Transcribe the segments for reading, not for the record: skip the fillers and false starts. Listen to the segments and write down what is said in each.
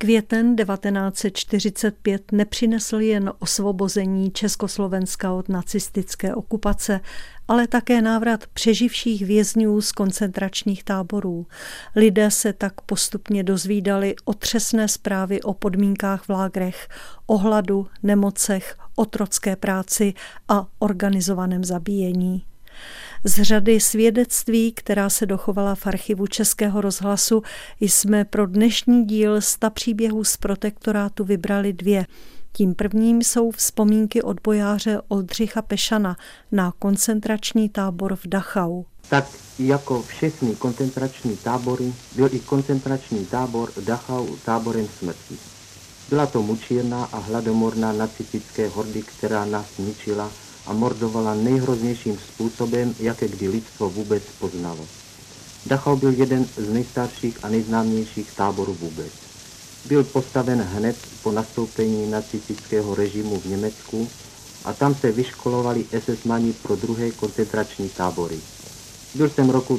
Květen 1945 nepřinesl jen osvobození Československa od nacistické okupace, ale také návrat přeživších vězňů z koncentračních táborů. Lidé se tak postupně dozvídali otřesné zprávy o podmínkách v lágrech, o hladu, nemocech, otrocké práci a organizovaném zabíjení. Z řady svědectví, která se dochovala v archivu Českého rozhlasu, jsme pro dnešní díl 100 příběhů z protektorátu vybrali 2. Tím prvním jsou vzpomínky odbojáře Oldřicha Pešana na koncentrační tábor v Dachau. Tak jako všechny koncentrační tábory byl i koncentrační tábor Dachau táborem smrti. Byla to mučírna a hladomorná nacistické hordy, která nás ničila a mordovala nejhroznějším způsobem, jaké kdy lidstvo vůbec poznalo. Dachau byl jeden z nejstarších a nejznámějších táborů vůbec. Byl postaven hned po nastoupení nacistického režimu v Německu a tam se vyškolovali SS-mani pro druhé koncentrační tábory. Byl jsem roku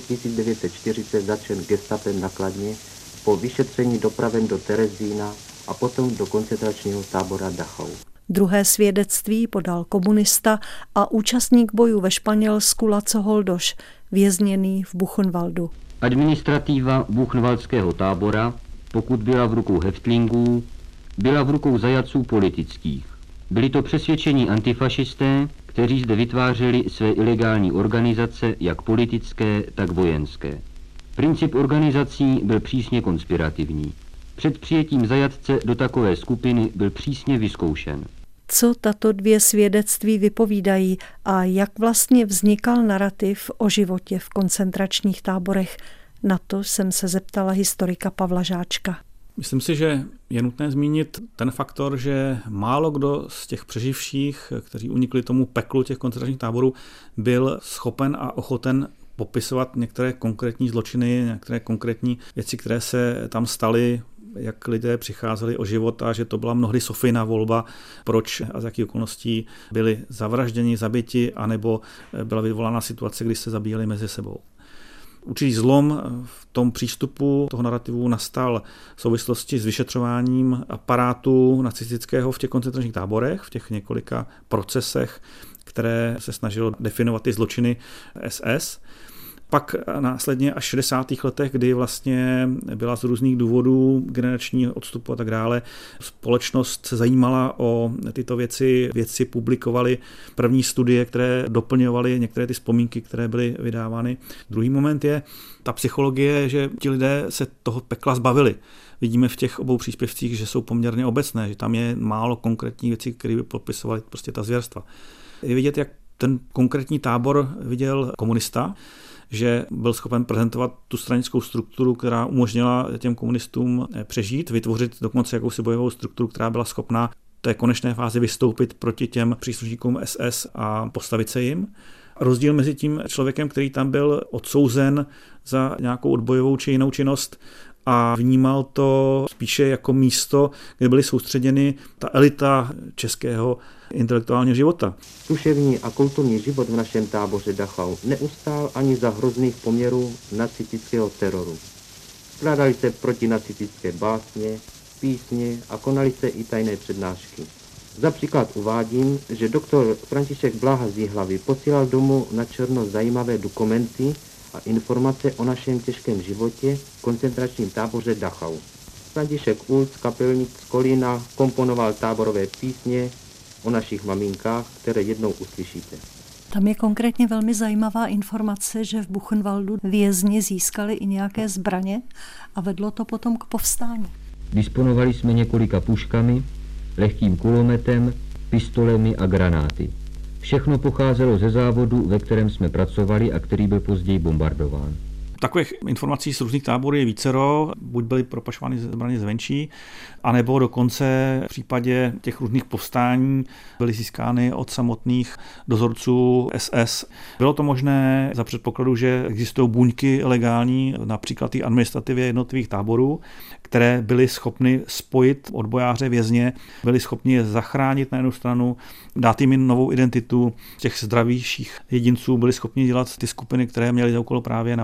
1940 začen gestapem na Kladně, po vyšetření dopraven do Terezína a potom do koncentračního tábora Dachau. Druhé svědectví podal komunista a účastník bojů ve Španělsku Laco Holdoš, vězněný v Buchenwaldu. Administrativa buchenwaldského tábora, pokud byla v rukou häftlingů, byla v rukou zajatců politických. Byli to přesvědčení antifašisté, kteří zde vytvářeli své ilegální organizace, jak politické, tak vojenské. Princip organizací byl přísně konspirativní. Před přijetím zajatce do takové skupiny byl přísně vyzkoušen. Co tato 2 svědectví vypovídají a jak vlastně vznikal narrativ o životě v koncentračních táborech? Na to jsem se zeptala historika Pavla Žáčka. Myslím si, že je nutné zmínit ten faktor, že málo kdo z těch přeživších, kteří unikli tomu peklu těch koncentračních táborů, byl schopen a ochoten popisovat některé konkrétní zločiny, některé konkrétní věci, které se tam staly, jak lidé přicházeli o život a že to byla mnohdy Sofijina volba, proč a z jakých okolností byli zavražděni, zabiti, anebo byla vyvolána situace, kdy se zabíjeli mezi sebou. Určitý zlom v tom přístupu toho narrativu nastal v souvislosti s vyšetřováním aparátu nacistického v těch koncentračních táborech, v těch několika procesech, které se snažilo definovat ty zločiny SS. Pak následně až v 60. letech, kdy vlastně byla z různých důvodů generačního odstupu a tak dále, společnost se zajímala o tyto věci, vědci publikovali první studie, které doplňovaly některé ty vzpomínky, které byly vydávány. Druhý moment je ta psychologie, že ti lidé se toho pekla zbavili. Vidíme v těch obou příspěvcích, že jsou poměrně obecné, že tam je málo konkrétních věcí, které by popisovaly prostě ta zvěrstva. Je vidět, jak ten konkrétní tábor viděl komunista, že byl schopen prezentovat tu stranickou strukturu, která umožnila těm komunistům přežít, vytvořit dokonce jakousi bojovou strukturu, která byla schopná v té konečné fázi vystoupit proti těm příslušníkům SS a postavit se jim. Rozdíl mezi tím člověkem, který tam byl odsouzen za nějakou odbojovou či jinou činnost a vnímal to spíše jako místo, kde byly soustředěny ta elita českého intelektuálního života. Duševní a kulturní život v našem táboře Dachau neustál ani za hrozných poměrů nacistického teroru. Skládaly se protinacistické básně, písně a konaly se i tajné přednášky. Za příklad uvádím, že doktor František Bláha z Jihlavy posílal domů na černo zajímavé dokumenty a informace o našem těžkém životě v koncentračním táboře Dachau. František Ulc, kapelník z Kolína, komponoval táborové písně o našich maminkách, které jednou uslyšíte. Tam je konkrétně velmi zajímavá informace, že v Buchenwaldu vězni získali i nějaké zbraně a vedlo to potom k povstání. Disponovali jsme několika puškami, lehkým kulometem, pistolemi a granáty. Všechno pocházelo ze závodu, ve kterém jsme pracovali a který byl později bombardován. Takových informací z různých táborů je vícero, buď byly propašovány zbraně zvenčí, anebo dokonce v případě těch různých povstání byly získány od samotných dozorců SS. Bylo to možné za předpokladu, že existují buňky legální, například i administrativě jednotlivých táborů, které byly schopny spojit odbojáře vězně, byly schopni je zachránit na jednu stranu, dát jim novou identitu. Těch zdravějších jedinců byly schopni dělat ty skupiny, které měly za úkol právě napadnout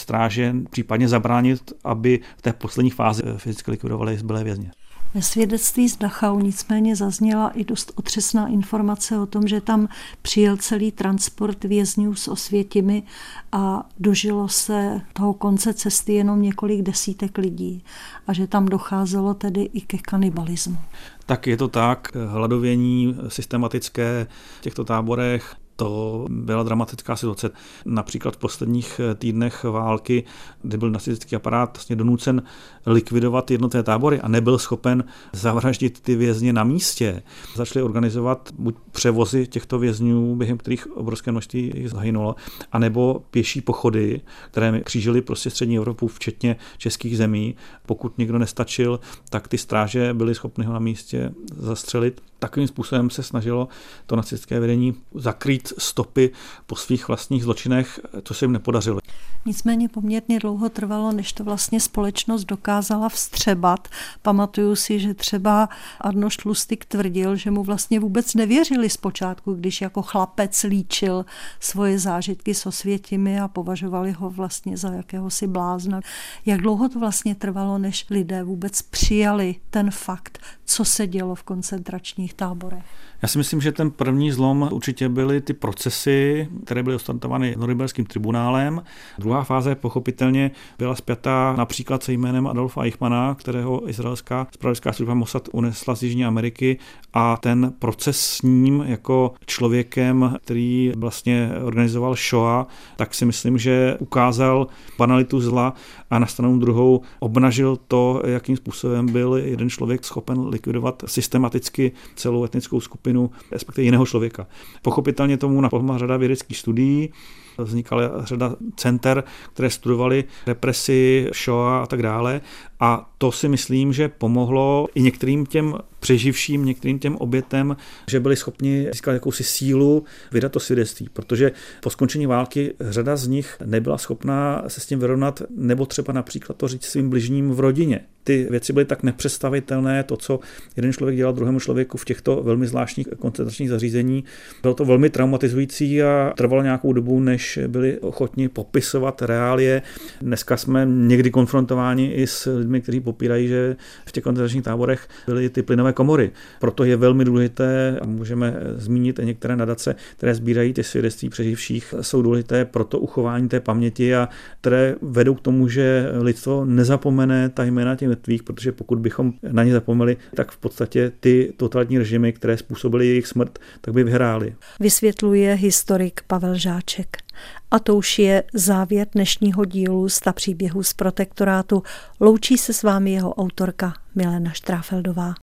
stráže, případně zabránit, aby v té poslední fázi fyzicky likvidovali zbylé vězně. Ve svědectví z Dachau nicméně zazněla i dost otřesná informace o tom, že tam přijel celý transport vězňů z Osvětimi a dožilo se toho konce cesty jenom několik desítek lidí a že tam docházelo tedy i ke kanibalismu. Tak je to tak, hladovění systematické v těchto táborech, to byla dramatická situace. Například v posledních týdnech války, kdy byl nacistický aparát vlastně donucen likvidovat jednotlivé tábory a nebyl schopen zavraždit ty vězně na místě. Začali organizovat buď převozy těchto vězňů, během kterých obrovské množství jich zahynulo, anebo pěší pochody, které křížily prostě střední Evropu, včetně českých zemí. Pokud někdo nestačil, tak ty stráže byly schopny ho na místě zastřelit. Takovým způsobem se snažilo to nacistické vedení zakrýt stopy po svých vlastních zločinech, co se jim nepodařilo. Nicméně poměrně dlouho trvalo, než to vlastně společnost dokázala vstřebat. Pamatuju si, že třeba Arnošt Lustig tvrdil, že mu vlastně vůbec nevěřili zpočátku, když jako chlapec líčil svoje zážitky s Osvětimi a považovali ho vlastně za jakéhosi blázna. Jak dlouho to vlastně trvalo, než lidé vůbec přijali ten fakt, co se dělo v koncentračních táborech? Já si myslím, že ten první zlom určitě byly ty procesy, které byly ostantovány Norimberským tribunálem. Druhá fáze pochopitelně byla spjatá například se jménem Adolfa Eichmanna, kterého izraelská zpravodajská služba Mossad unesla z Jižní Ameriky, a ten proces s ním jako člověkem, který vlastně organizoval Shoah, tak si myslím, že ukázal banalitu zla a na stranu druhou obnažil to, jakým způsobem byl jeden člověk schopen likvidovat systematicky celou etnickou skupinu, respektive jiného člověka. Pochopitelně tomu napomohla řada vědeckých studií, vznikala řada center, které studovaly represi, Shoah a tak dále. A to si myslím, že pomohlo i některým těm přeživším, některým těm obětem, že byli schopni získat jakousi sílu vydat to svědectví, protože po skončení války řada z nich nebyla schopná se s tím vyrovnat, nebo třeba například to říct svým bližním v rodině. Ty věci byly tak nepředstavitelné, to, co jeden člověk dělal druhému člověku v těchto velmi zvláštních koncentračních zařízení. Bylo to velmi traumatizující a trvalo nějakou dobu, než byli ochotni popisovat reálie. Dneska jsme někdy konfrontováni i s lidmi, kteří popírají, že v těch koncentračních táborech byly ty plynové komory. Proto je velmi důležité, a můžeme zmínit i některé nadace, které sbírají ty svědectví přeživších, jsou důležité pro to uchování té paměti a které vedou k tomu, že lidstvo nezapomene ta jména těch mrtvých, protože pokud bychom na ně zapomněli, tak v podstatě ty totalitní režimy, které způsobily jejich smrt, tak by vyhrály. Vysvětluje historik Pavel Žáček. A to už je závěr dnešního dílu 100 příběhů z protektorátu. Loučí se s vámi jeho autorka Milena Štráfeldová.